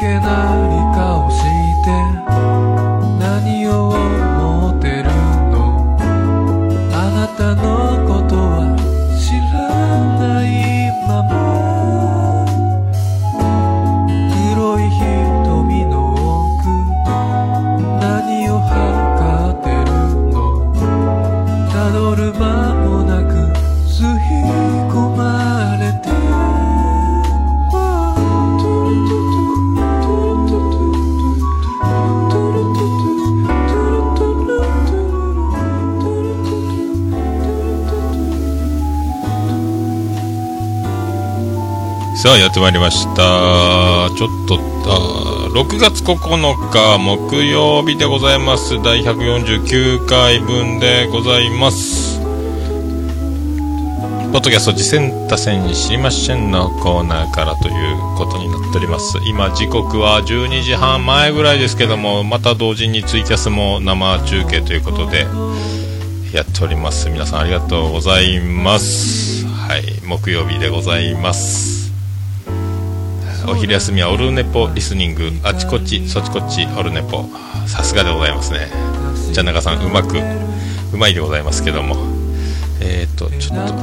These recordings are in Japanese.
けない顔して何を思ってるの、あなたのことは知らないまま、黒い瞳の奥何を測ってるの、たどる間もなく吸い込まれて、 さあやってまいりました。ちょっと6月9日木曜日でございます。第149回分でございます。ポッドキャスト次戦多戦知りませんのコーナーからということになっております。今時刻は12時半前ぐらいですけども、また同時にツイキャスも生中継ということでやっております。皆さんありがとうございます。はい、木曜日でございます。お昼休みはオルネポリスニング、あちこちそちこちオルネポ、さすがでございますね。じゃあ中さんうまいでございますけども、ちょっと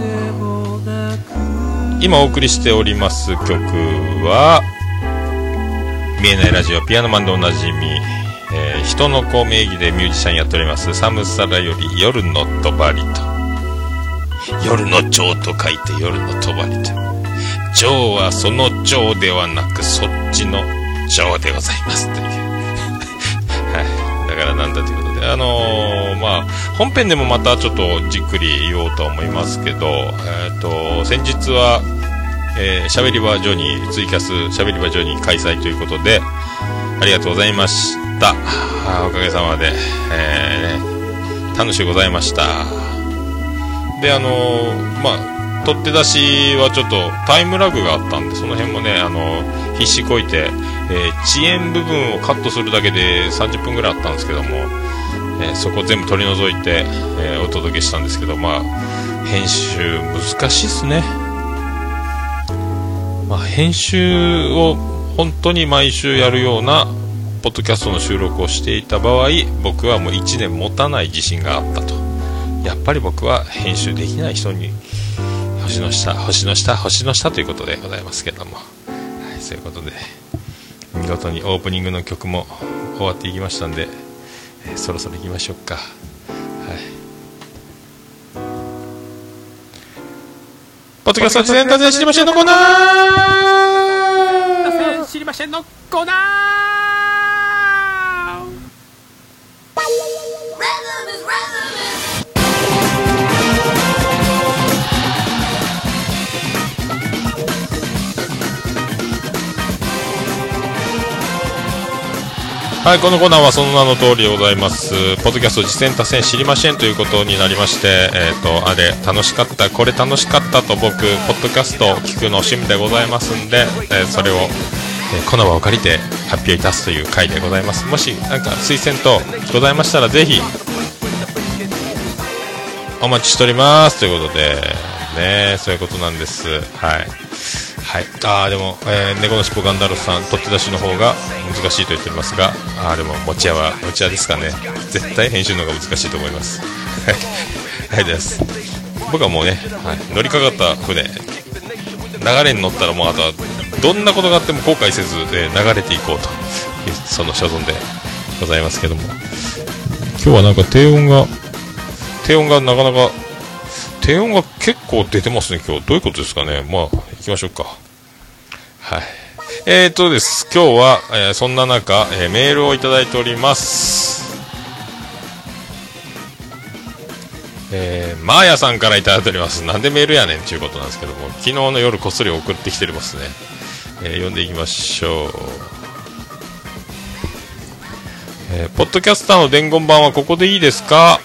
今お送りしております曲は見えないラジオピアノマンでおなじみ、人の子名義でミュージシャンやっております寒さらより夜のとばりと、夜の蝶と書いて夜のとばりと、蝶はその蝶ではなくそっちの蝶でございますというはい、だからなんだということで、本編でもまたちょっとじっくり言おうと思いますけど、先日はしゃべり場ジョニーツイキャスしゃべり場ジョニー開催ということでありがとうございました。おかげさまで、楽しゅうございました。で取って出しはちょっとタイムラグがあったんで、その辺もね必死こいて、遅延部分をカットするだけで30分ぐらいあったんですけども、そこ全部取り除いて、お届けしたんですけど、編集難しいっすね。編集を本当に毎週やるようなポッドキャストの収録をしていた場合、僕はもう1年持たない自信があったと。やっぱり僕は編集できない人に星の下ということでございますけども、はい、そういうことで見事にオープニングの曲も終わっていきましたんで、そろそろ行きましょうか。はい、ポッドキャスト次戦多戦知りませんのコーナー、知りませんのコーナー。はい、このコーナーはその名の通りでございます。ポッドキャスト次戦多戦知りませんということになりまして、あれ楽しかった、これ楽しかったと僕ポッドキャストを聞くの趣味でございますんで、それを、この場を借りて発表いたすという回でございます。もしなんか推薦とございましたらぜひお待ちしておりますということでね、そういうことなんです。はいはい、でも、猫のしっぽガンダルフさん取って出しの方が難しいと言っておりますが、でも持ち屋ですかね。絶対編集の方が難しいと思いますはいです。僕はもうね、乗りかかった船流れに乗ったらもうあとはどんなことがあっても後悔せず、流れていこうというその所存でございますけども、今日はなんか低音がなかなか低音が結構出てますね今日。どういうことですかね。行きましょうか。はい。です。今日は、そんな中、メールをいただいております。マーヤさんからいただいております。なんでメールやねんということなんですけども、昨日の夜こっそり送ってきておりますね。読んでいきましょう。ポッドキャスターの伝言版はここでいいですか。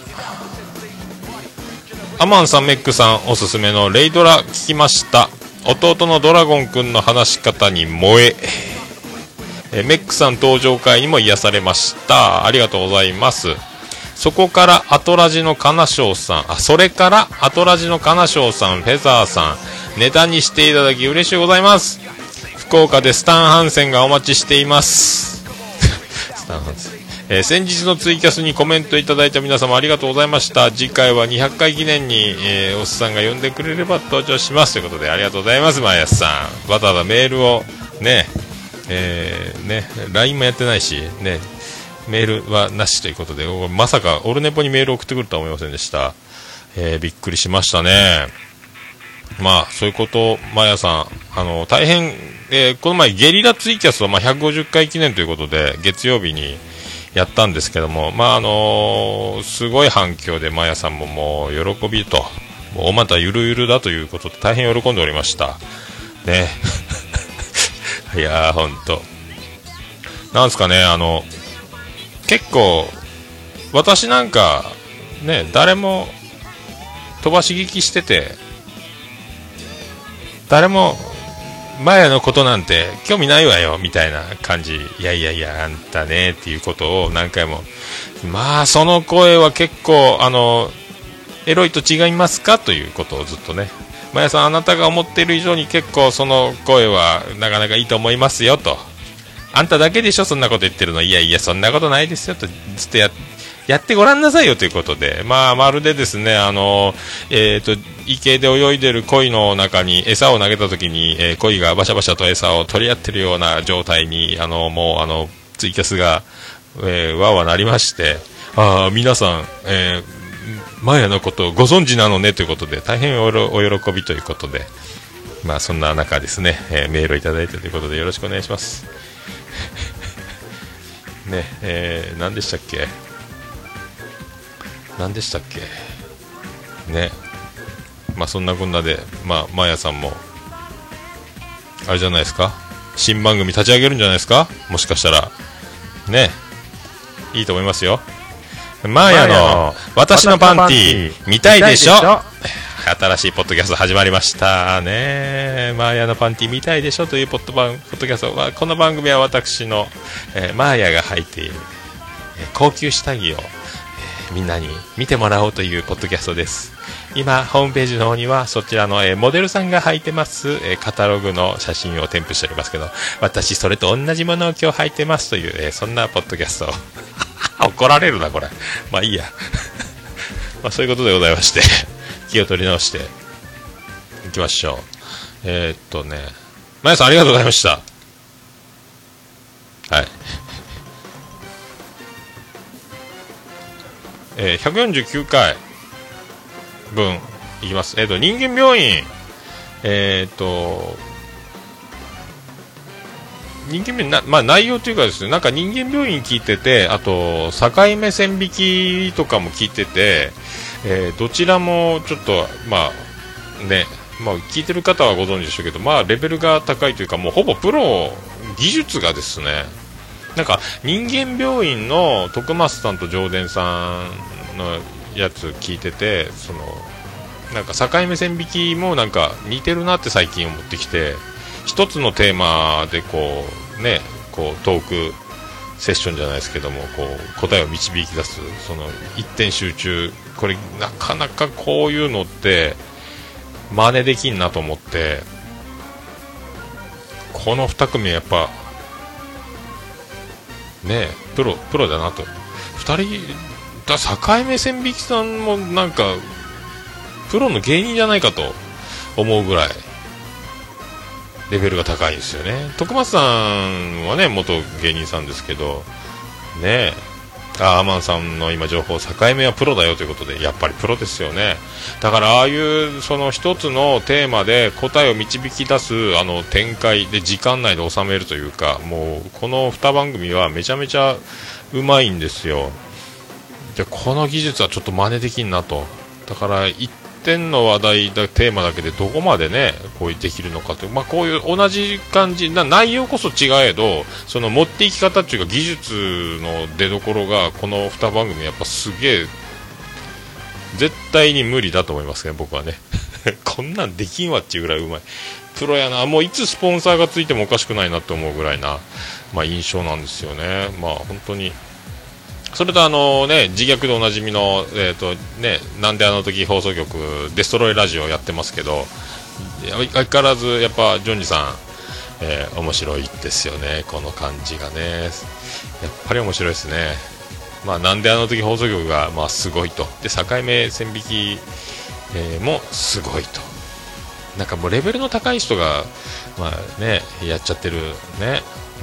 アマンさん、メックさんおすすめのレイドラ聞きました。弟のドラゴンくんの話し方に燃え、メックさん登場会にも癒されました。ありがとうございます。それからアトラジのカナショウさん、フェザーさん、ネタにしていただき嬉しいございます。 福岡でスタンハンセンがお待ちしていますスタンハンセン、先日のツイキャスにコメントいただいた皆様ありがとうございました。次回は200回記念に、おっさんが呼んでくれれば登場しますということでありがとうございます。前安さんわざわざメールをねLINE もやってないしね、メールはなしということで、まさかオルネポにメール送ってくるとは思いませんでした。びっくりしましたね。まあそういうこと、マヤさん大変、この前ゲリラツイキャスを、150回記念ということで月曜日にやったんですけども、すごい反響でマヤさんももう喜びと、もうおまたゆるゆるだということで大変喜んでおりましたねいやーほんとなんですかね、結構私なんかね、誰も飛ばし聞きしてて、誰も前のことなんて興味ないわよみたいな感じ、いやいやいやあんたねっていうことを何回も、その声は結構エロいと違いますかということをずっとね、マヤさんあなたが思っている以上に結構その声はなかなかいいと思いますよと、あんただけでしょそんなこと言ってるの、いやいやそんなことないですよとずっとやってごらんなさいよということで、まるでですね池で泳いでる鯉の中に餌を投げた時に、鯉がバシャバシャと餌を取り合ってるような状態にもうツイキャスが、わわなりまして、皆さん、マヤのことをご存知なのねということで大変お喜びということで、そんな中ですね、メールをいただいてということでよろしくお願いしますね、何でしたっけね、そんなこんなで、マヤさんもあれじゃないですか、新番組立ち上げるんじゃないですか、もしかしたらね、いいと思いますよ。マヤの私のパンティ見たいでしょ、新しいポッドキャスト始まりましたね。マーヤのパンティ見たいでしょというポッドキャストは、この番組は私の、マーヤが履いている、高級下着を、みんなに見てもらおうというポッドキャストです。今ホームページの方にはそちらの、モデルさんが履いてます、カタログの写真を添付しておりますけど、私それと同じものを今日履いてますという、そんなポッドキャスト怒られるなこれ、いいやそういうことでございまして気を取り直していきましょう。まやさんありがとうございました。はい149回分いきます。人間病院人間病院内容というかですね、なんか人間病院聞いてて、あと境目線引きとかも聞いてて、どちらもちょっと聞いてる方はご存知でしょうけど、レベルが高いというか、もうほぼプロ技術がですね、なんか人間病院の徳松さんと上田さんのやつ聞いてて、なんか境目線引きもなんか似てるなって最近思ってきて、一つのテーマでこうトークセッションじゃないですけども、答えを導き出す、その一点集中、これなかなかこういうのって真似できんなと思って、この2組はやっぱねプロだなと。2人だ、境目線引きさんもなんかプロの芸人じゃないかと思うぐらいレベルが高いんですよね。徳松さんはね元芸人さんですけどね、アーマンさんの今情報、境目はプロだよということで、やっぱりプロですよね。だからああいうその一つのテーマで答えを導き出す展開で時間内で収めるというか、もうこの2番組はめちゃめちゃうまいんですよ。でこの技術はちょっと真似できんなと。だから一点の話題だテーマだけでどこまでねこうできるのかと、こういう同じ感じな内容こそ違えど、その持っていき方っていうか技術の出所がこの2番組やっぱすげえ絶対に無理だと思いますね、僕はねこんなんできんわっていうぐらいうまいプロやな。もういつスポンサーがついてもおかしくないなって思うぐらいな、印象なんですよね。本当にそれと自虐でおなじみのなんであの時放送局デストロイラジオやってますけど、相変わらずやっぱジョンジさん面白いですよね、この感じがね。やっぱり面白いですね。まあ、なんであの時放送局が、まあ、すごいと。で、境目線引き、もすごいと。なんかもうレベルの高い人が、まあね、やっちゃってるね、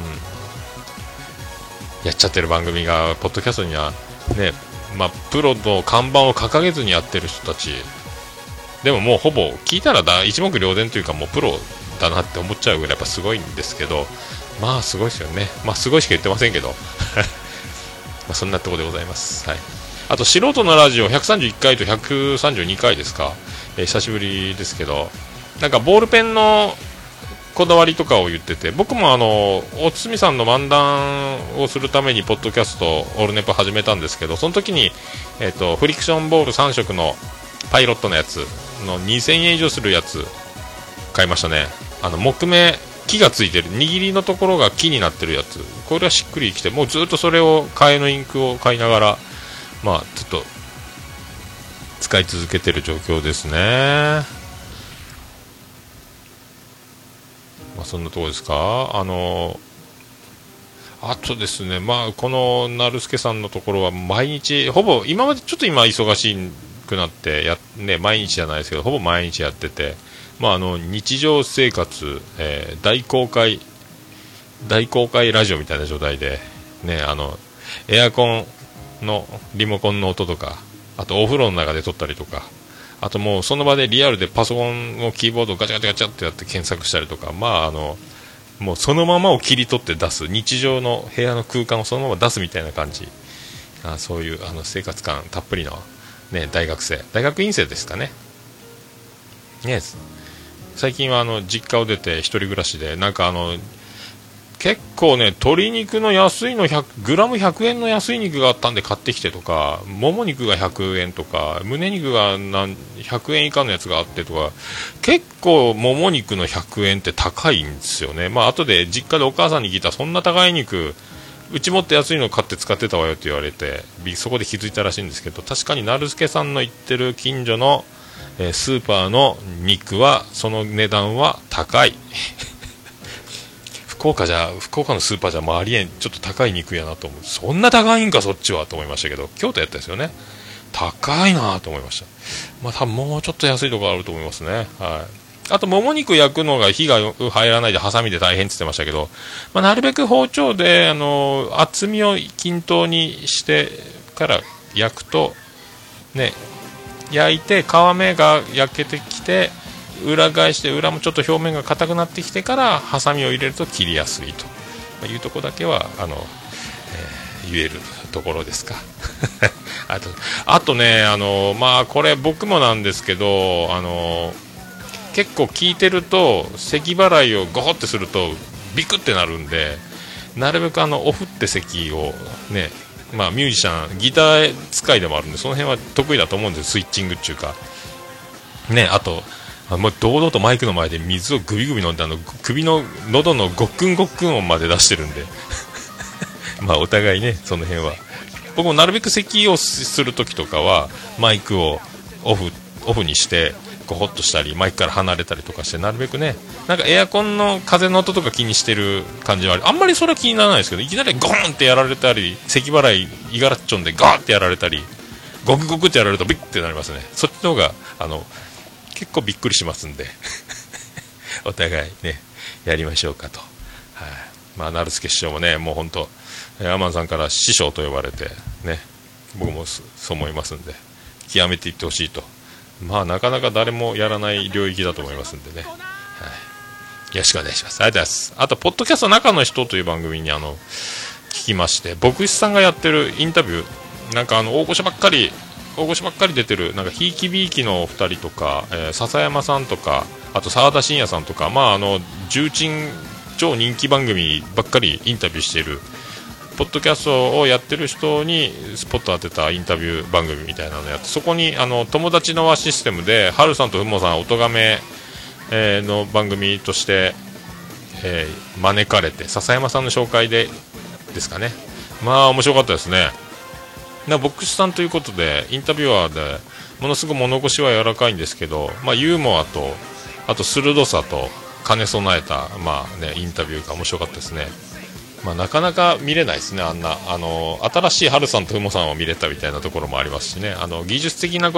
やっちゃってる番組が、ポッドキャストにはね、まあ、プロの看板を掲げずにやってる人たち、でももうほぼ聞いたら一目瞭然というか、もうプロだなって思っちゃうぐらいやっぱすごいんですけど、まあすごいですよね。まあすごいしか言ってませんけどまあそんなところでございます。はい。あと素人のラジオ131回と132回ですか、久しぶりですけど、なんかボールペンのこだわりとかを言ってて、僕もおつみさんの漫談をするためにポッドキャストオールネポ始めたんですけど、その時に、フリクションボール3色のパイロットのやつの2000円以上するやつ買いましたね。木目木がついてる握りのところが木になってるやつ、これはしっくりきて、もうずっとそれを替えのインクを買いながら、まあちょっと使い続けてる状況ですね。まあそんなところですか。あとですね、まあこのなるすけさんのところは毎日ほぼ、今までちょっと今忙しくなって毎日じゃないですけど、ほぼ毎日やってて、まあ、日常生活、大公開ラジオみたいな状態で、ね、エアコンのリモコンの音とか、あとお風呂の中で撮ったりとか、あともうその場でリアルでパソコンをキーボードをガチャガチャガチャってやって検索したりとか、まあもうそのままを切り取って出す、日常の部屋の空間をそのまま出すみたいな感じ、そういう生活感たっぷりの、ね、大学院生ですかね。ね、最近は実家を出て一人暮らしで、なんか結構ね、鶏肉の安いのグラム100円の安い肉があったんで買ってきてとか、もも肉が100円とか、胸肉が100円以下のやつがあってとか、結構もも肉の100円って高いんですよね。まあ後で実家でお母さんに聞いたら、そんな高い肉うちもっと安いの買って使ってたわよって言われて、そこで気づいたらしいんですけど、確かになるすけさんの言ってる近所のスーパーの肉はその値段は高い福岡のスーパーじゃありえん、ちょっと高い肉やなと思う。そんな高いんかそっちはと思いましたけど、京都やったですよね。高いなと思いました。まあ多分もうちょっと安いところあると思いますね。はい。あともも肉焼くのが火が入らないでハサミで大変って言ってましたけど、まあ、なるべく包丁で厚みを均等にしてから焼くとね、焼いて皮目が焼けてきて、裏返して裏もちょっと表面が硬くなってきてからハサミを入れると切りやすいというところだけは言えるところですかあとね、まあこれ僕もなんですけど、結構聞いてると咳払いをゴホってするとビクってなるんで、なるべくオフって咳をね、まあミュージシャンギター使いでもあるんで、その辺は得意だと思うんですよ、スイッチングっていうかね。あともう堂々とマイクの前で水をグビグビ飲んで、首の喉のごっくんごっくん音まで出してるんでまあお互いね、その辺は僕もなるべく咳をするときとかはマイクをオフにしてゴホッとしたり、マイクから離れたりとかして、なるべくね、なんかエアコンの風の音とか気にしてる感じはあんまりそれは気にならないですけど、いきなりゴーンってやられたり、咳払いイガラッチョンでガーってやられたり、ゴクゴクってやられるとビッってなりますね。そっちの方が結構びっくりしますんでお互いねやりましょうかと。はい、まあなるすけ師匠もね、もう本当アマンさんから師匠と呼ばれてね、僕もそう思いますんで、極めていってほしいと。まあなかなか誰もやらない領域だと思いますんでね、はい、よろしくお願いします。ありがとうございます。あとポッドキャスト中の人という番組に聞きまして、牧師さんがやってるインタビュー、なんか大御所ばっかり出てる、なんかひいきびいきの2人とか、笹山さんとか、あと澤田信也さんとか、まあ重鎮超人気番組ばっかりインタビューしているポッドキャストをやってる人にスポット当てたインタビュー番組みたいなのやって、そこに友達の輪システムでハルさんとふもさんおとがめ、の番組として、招かれて、笹山さんの紹介ですかね。まあ面白かったですね。牧師さんということでインタビュアーでものすごく物腰は柔らかいんですけど、まあ、ユーモアとあと鋭さと兼ね備えた、まあね、インタビューが面白かったですね。まあ、なかなか見れないですね、あんな新しい春さんとふもさんを見れたみたいなところもありますしね、技術的なこと、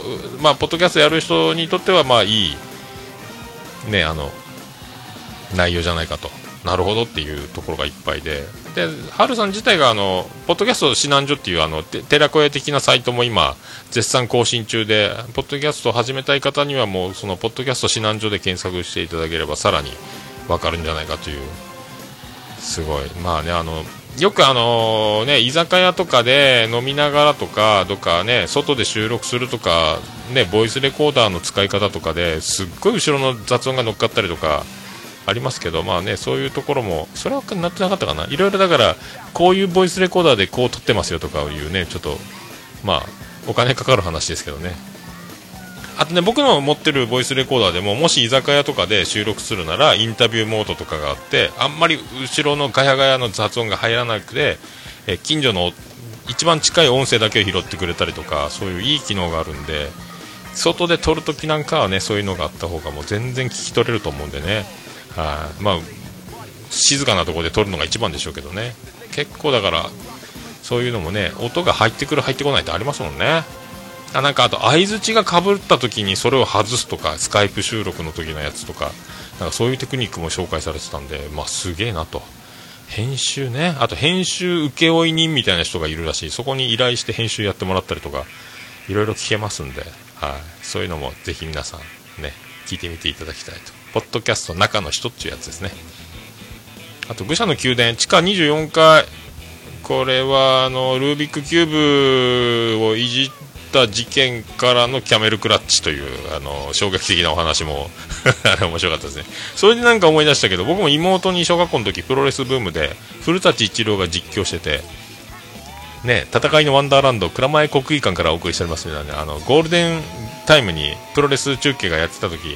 まあ、ポッドキャストやる人にとってはまあいい、ね、内容じゃないかと、なるほどっていうところがいっぱいで、春さん自体がポッドキャスト指南所っていう寺子屋的なサイトも今絶賛更新中で、ポッドキャストを始めたい方にはもうそのポッドキャスト指南所で検索していただければさらに分かるんじゃないかという、すごい、まあね、よくね、居酒屋とかで飲みながらとか、どっかね、外で収録するとか、ね、ボイスレコーダーの使い方とかですっごい後ろの雑音が乗っかったりとかありますけど、まあね、そういうところも、それはなってなかったかな、いろいろだから、こういうボイスレコーダーでこう撮ってますよとかいうね、ちょっと、まあ、お金かかる話ですけどね。あとね、僕の持ってるボイスレコーダーでも、もし居酒屋とかで収録するならインタビューモードとかがあって、あんまり後ろのガヤガヤの雑音が入らなくて、近所の一番近い音声だけを拾ってくれたりとか、そういういい機能があるんで、外で撮るときなんかはね、そういうのがあった方がもう全然聞き取れると思うんでね、まあ静かなところで撮るのが一番でしょうけどね、結構だからそういうのもね、音が入ってくる入ってこないってありますもんね。なんかあと相づちが被った時にそれを外すとか、スカイプ収録の時のやつとか、なんかそういうテクニックも紹介されてたんで、まあすげえなと。編集ね、あと編集請負人みたいな人がいるらしい。そこに依頼して編集やってもらったりとか、いろいろ聞けますんで、そういうのもぜひ皆さんね、聞いてみていただきたいと。ポッドキャストの中の人っていうやつですね。あと愚者の宮殿地下24階、これはルービックキューブをいじった事件からのキャメルクラッチという衝撃的なお話もあれ面白かったですね。それでなんか思い出したけど、僕も妹に小学校の時プロレスブームで古舘一郎が実況しててね、戦いのワンダーランド蔵前国技館からお送りしておりますので、ゴールデンタイムにプロレス中継がやってた時、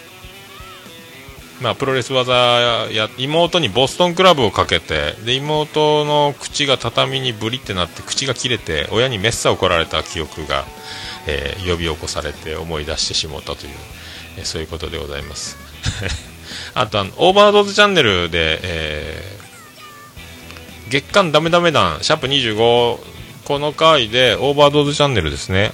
まあ、プロレス技や妹にボストンクラブをかけて、で妹の口が畳にブリってなって口が切れて親にめっさ怒られた記憶が、呼び起こされて思い出してしまったという、そういうことでございますあとオーバードーズチャンネルで、月刊ダメダメ団シャープ25、この回でオーバードーズチャンネルですね、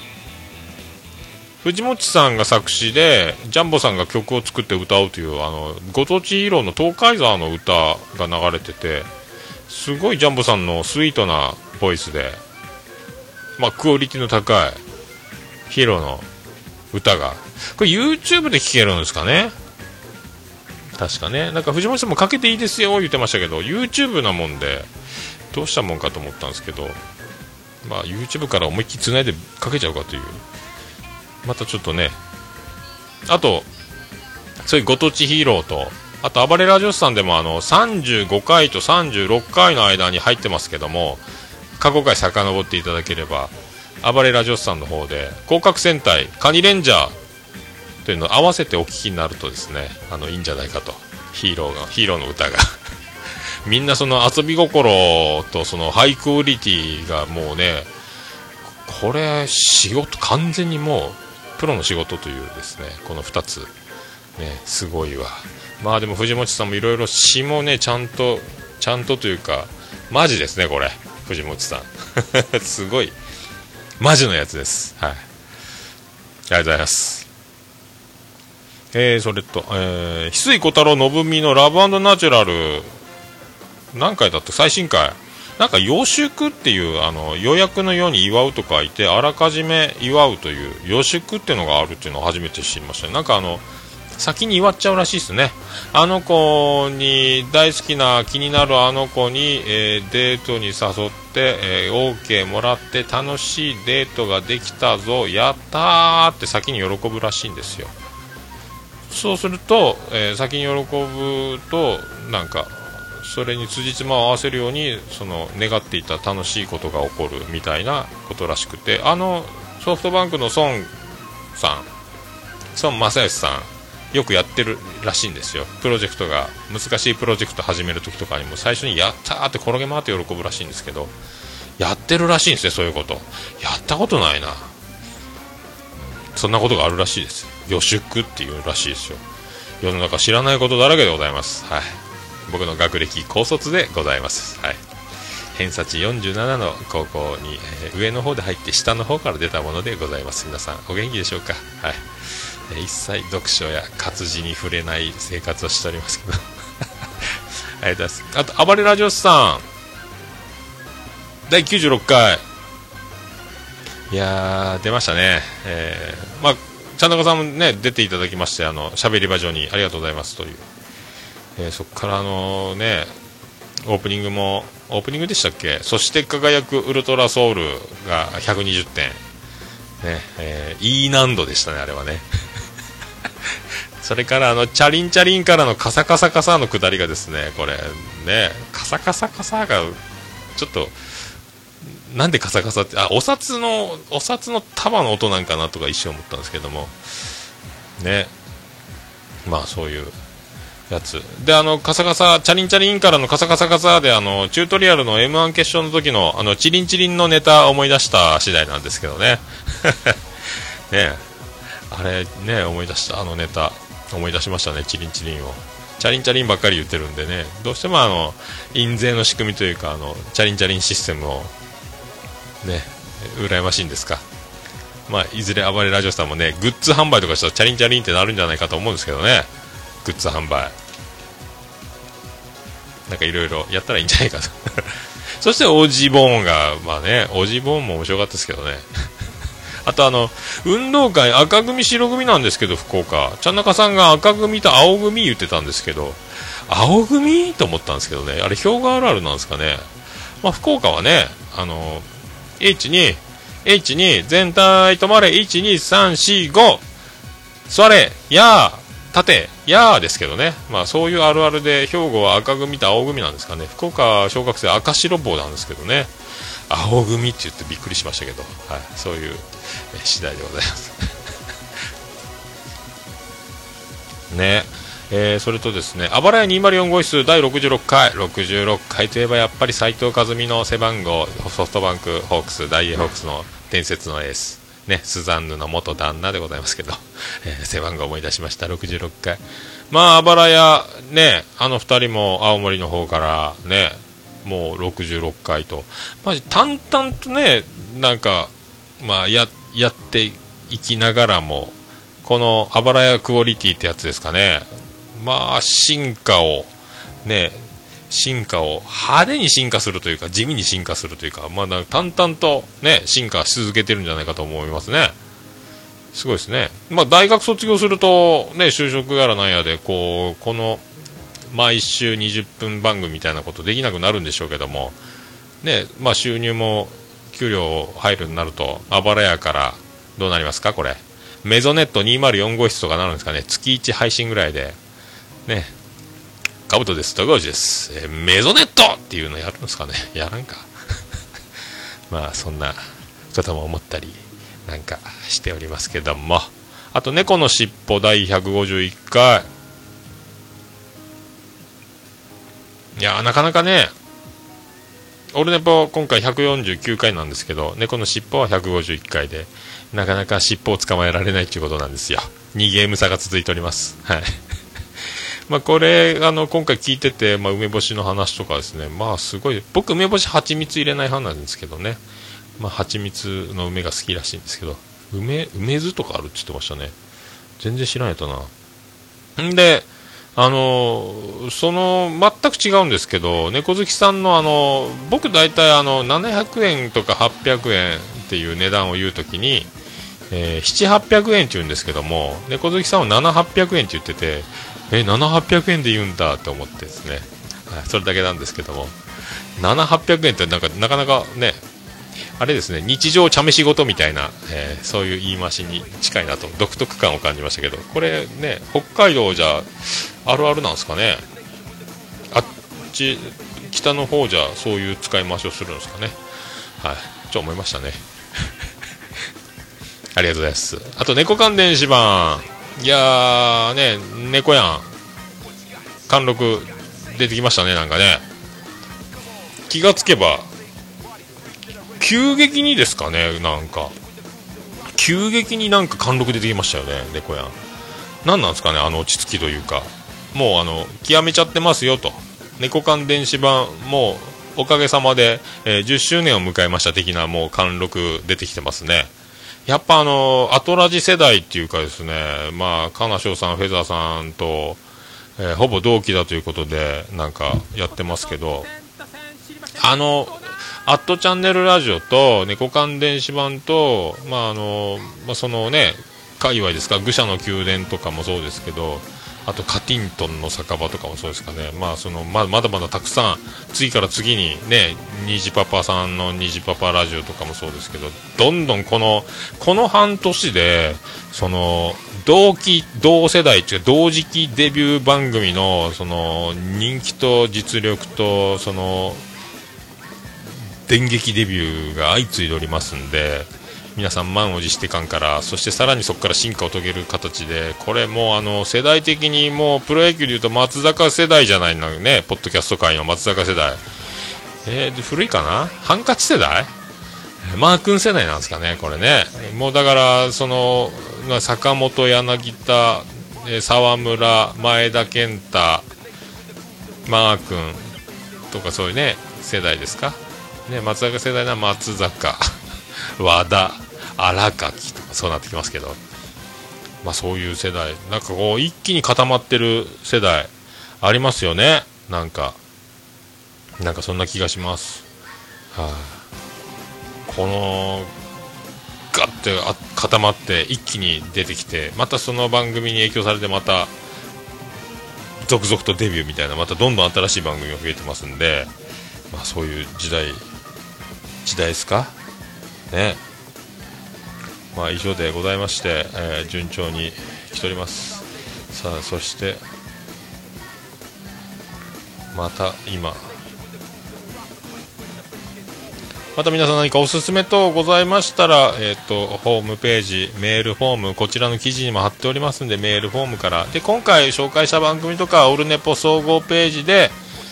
藤本さんが作詞でジャンボさんが曲を作って歌うというご当地ヒーローの東海沢の歌が流れてて、すごいジャンボさんのスイートなボイスで、まあ、クオリティの高いヒーローの歌が、これ YouTube で聴けるんですかね、確かね。なんか藤本さんもかけていいですよ言ってましたけど、 YouTube なもんでどうしたもんかと思ったんですけど、まあ YouTube から思いっきり繋いでかけちゃうかという、またちょっとね、あとそういうご当地ヒーローと、あと暴れラジオスさんでも35回と36回の間に入ってますけども、過去回遡っていただければ暴れラジオスさんの方で広角戦隊カニレンジャーというのを合わせてお聞きになるとですね、いいんじゃないかと、ヒーローの歌がみんなその遊び心とそのハイクオリティがもうね、これ仕事完全にもうプロの仕事というですね、この2つね、すごいわ。まあでも藤本さんもいろいろ詩もね、ちゃんとというかマジですね、これ藤本さんすごいマジのやつです。はい、ありがとうございます。それと、翡翠小太郎信美のラブ&ナチュラル、何回だった最新回、なんか予祝っていう予約のように祝うと書いてあらかじめ祝うという予祝っていうのがあるっていうのを初めて知りましたね。なんか先に祝っちゃうらしいですね。子に大好きな気になる子に、デートに誘って、OK もらって楽しいデートができたぞやったーって先に喜ぶらしいんですよ。そうすると、先に喜ぶとなんかそれに辻褄を合わせるようにその願っていた楽しいことが起こるみたいなことらしくて、ソフトバンクの孫正義さんよくやってるらしいんですよ。プロジェクトが難しいプロジェクト始めるときとかにも最初にやったーって転げ回って喜ぶらしいんですけど、やってるらしいんですね。そういうことやったことないな。そんなことがあるらしいです。予祝っていうらしいですよ。 世の中知らないことだらけでございます。はい。僕の学歴高卒でございます。はい。偏差値47の高校に、上の方で入って下の方から出たものでございます。皆さんお元気でしょうか。はい。一切読書や活字に触れない生活をしておりますけどありがとうございます。あと暴れラジオスさん第96回、いやー出ましたね。まあちゃんなかさんもね出ていただきまして、喋り場所にありがとうございますという、そこからねオープニングでしたっけ。そして輝くウルトラソウルが120点ね、E 難度でしたねあれはねそれからチャリンチャリンからのカサカサカサの下りがですね、これねカサカサカサがちょっとなんでカサカサって、お札の束の音なんかなとか一瞬思ったんですけどもね。まあそういうやつで、カサカサチャリンチャリンからのカサカサカサでチュートリアルの M1 決勝の時のチリンチリンのネタ思い出した次第なんですけどねね、あれね思い出した、ネタ思い出しましたね。チリンチリンをチャリンチャリンばっかり言ってるんでね、どうしても印税の仕組みというかチャリンチャリンシステムをね羨ましいんですか。まあいずれ暴れラジオさんもねグッズ販売とかしたらチャリンチャリンってなるんじゃないかと思うんですけどね。グッズ販売なんかいろいろやったらいいんじゃないかとそしてオジボーンがまあね、オジボーンも面白かったですけどねあと運動会赤組白組なんですけど、福岡ちゃんなかさんが赤組と青組言ってたんですけど、青組と思ったんですけどね、あれ兵庫あるあるなんですかね。まあ福岡はねH2 全体止まれ 12345 座れやー立てやーですけどね。まあそういうあるあるで兵庫は赤組と青組なんですかね。福岡小学生赤白棒なんですけどね、青組って言ってびっくりしましたけど、はい、そういう次第でございますね。それとですね、あばらや204号室第66回といえばやっぱり斉藤和美の背番号、ソフトバンクホークスダイエーホークスの伝説のエースね、スザンヌの元旦那でございますけど、背番号思い出しました。66回、まああばらやね、2人も青森の方からねもう66回と、まあ、淡々とねなんかまあ やっていきながらも、このあばらやクオリティってやつですかね。まあ進化を派手に進化するというか地味に進化するというか、まだ淡々とね進化し続けてるんじゃないかと思いますね。すごいですね。まあ大学卒業するとね就職やらなんやでこの毎週20分番組みたいなことできなくなるんでしょうけどもね、まあ収入も給料入るようになるとあばらやからどうなりますか。これメゾネット204号室とかなるんですかね。月1配信ぐらいでね、カブトです、高橋です、メゾネットっていうのやるんですかね。やらんかまあそんなことも思ったりなんかしておりますけども、あと猫のしっぽ第151回、いやなかなかね、オルネポ今回149回なんですけど、猫のしっぽは151回でなかなかしっぽを捕まえられないということなんですよ。2ゲーム差が続いております。はいまあこれ今回聞いてて、まあ、梅干しの話とかですね、まあすごい僕梅干し蜂蜜入れない派なんですけどね、まあ蜂蜜の梅が好きらしいんですけど、梅酢とかあるって言ってましたね。全然知らないとなんで全く違うんですけど、猫好きさんの僕大体700円とか800円っていう値段を言うときに、7、800円って言うんですけども、猫好きさんは7、800円って言ってて、7、800円で言うんだって思ってですね、はい、それだけなんですけども、7、800円ってなかなかね、あれですね、日常茶飯事みたいな、そういう言い回しに近いなと独特感を感じましたけど、これね北海道じゃあるあるなんですかね。あっち北の方じゃそういう使い回しをするんですかね。はい、思いましたねありがとうございます。あと猫関電子版、いやーね、猫やん貫禄出てきましたね。なんかね気がつけば急激にですかね、なんか急激になんか貫禄出てきましたよね、猫やん。 何なんですかね、落ち着きというか、もう極めちゃってますよと、猫缶電子版もうおかげさまで、10周年を迎えました的なもう貫禄出てきてますね。やっぱアトラジ世代っていうかですね、まあ金賞さん、フェザーさんと、ほぼ同期だということでなんかやってますけど、アットチャンネルラジオと猫缶電子版と、そのね界隈ですか、愚者の宮殿とかもそうですけど、あとカティントンの酒場とかもそうですかね、まだまだたくさん次から次にね、虹パパさんの虹パパラジオとかもそうですけど、どんどんこの半年でその同世代というか同時期デビュー番組のその人気と実力とその電撃デビューが相次いでおりますんで、皆さん満を持してかんから、そしてさらにそこから進化を遂げる形で、これもう世代的にもうプロ野球でいうと松坂世代じゃないのね、ポッドキャスト界の松坂世代、古いかな、ハンカチ世代、マー君世代なんですかね、これね。もうだからその坂本、柳田、沢村、前田健太、マー君とかそういうね世代ですかね。松坂世代な松坂和田、荒垣とかそうなってきますけど、まあそういう世代、なんかこう一気に固まってる世代ありますよね。なんかそんな気がします。このガッて固まって一気に出てきて、またその番組に影響されてまた続々とデビューみたいな、またどんどん新しい番組が増えてますんで、まあそういう時代ですかね。まあ以上でございまして、順調に来ております。さあそしてまた皆さん何かおすすめ等ございましたら、ホームページ、メールフォーム、こちらの記事にも貼っておりますんで、メールフォームからで、今回紹介した番組とかオルネポ総合ページで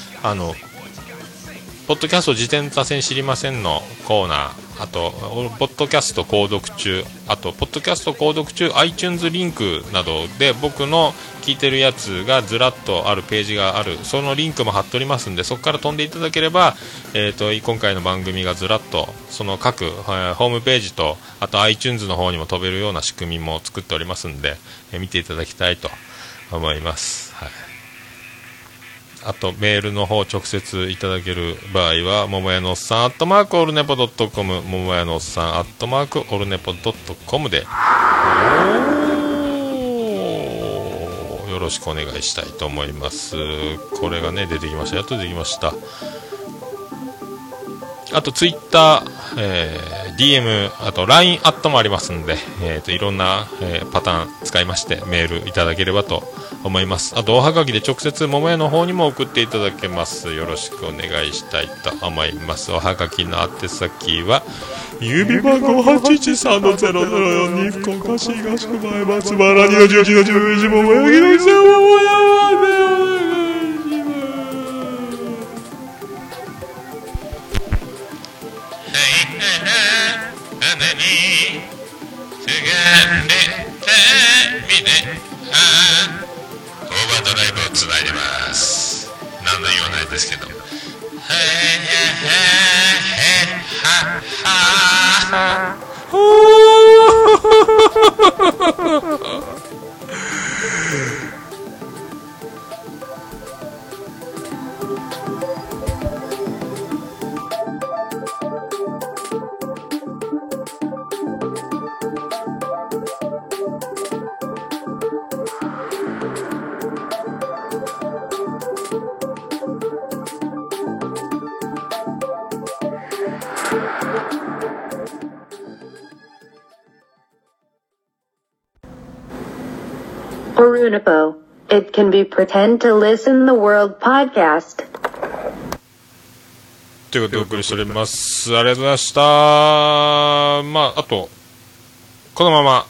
ポッドキャスト自転車線知りませんのコーナー、あとポッドキャスト購読中、あとポッドキャスト購読中 iTunes リンクなどで僕の聞いてるやつがずらっとあるページがある、そのリンクも貼っておりますんで、そこから飛んでいただければ、今回の番組がずらっとその各、ホームページとあと iTunes の方にも飛べるような仕組みも作っておりますんで、見ていただきたいと思います。はい。あとメールの方直接いただける場合は、ももやのおっさんオルネポ.com、ももやのおっさんオルネポ.com でよろしくお願いしたいと思います。これがね出てきました。やっと出てきました。あとツイッター、DM、あと LINE アットもありますんで、いろんな、パターン使いましてメールいただければと思います。あとおはがきで直接桃屋の方にも送っていただけます。よろしくお願いしたいと思います。おはがきの宛先は郵便番号 813-0042 福岡市東区前松原2の11の11桃屋木の店桃屋ドライブをつないでます。何の言わないですけど、 Orunipo. It can be pretend to listen the world podcast. ということでお送りしております。ありがとうございました。あとこのまま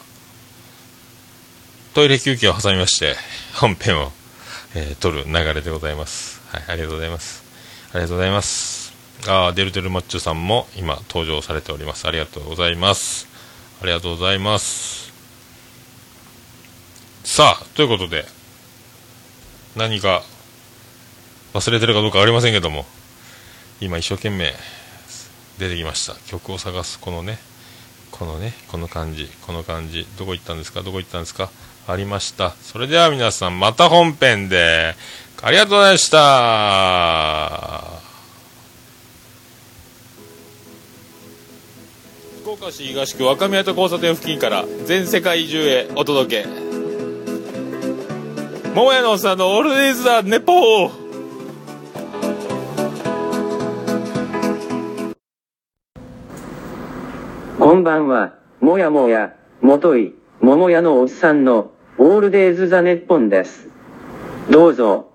トイレ休憩を挟みまして本編を、撮る流れでございます。はい、ありがとうございます。ありがとうございます。デルデルマッチョさんも今登場されております。ありがとうございます。ありがとうございます。 さあ、ということで、何か忘れてるかどうかありませんけども、今一生懸命出てきました。曲を探す、この感じ、どこ行ったんですかありました。それでは皆さん、また本編で、ありがとうございました。福岡市東区若宮と交差点付近から全世界中へお届け、桃屋のおっさんのオールディーズ・ザ・ネポー。 こんばんは、もやもや、もとい、桃屋のおっさんの、オールデイズ・ザ・ネッポンです。どうぞ。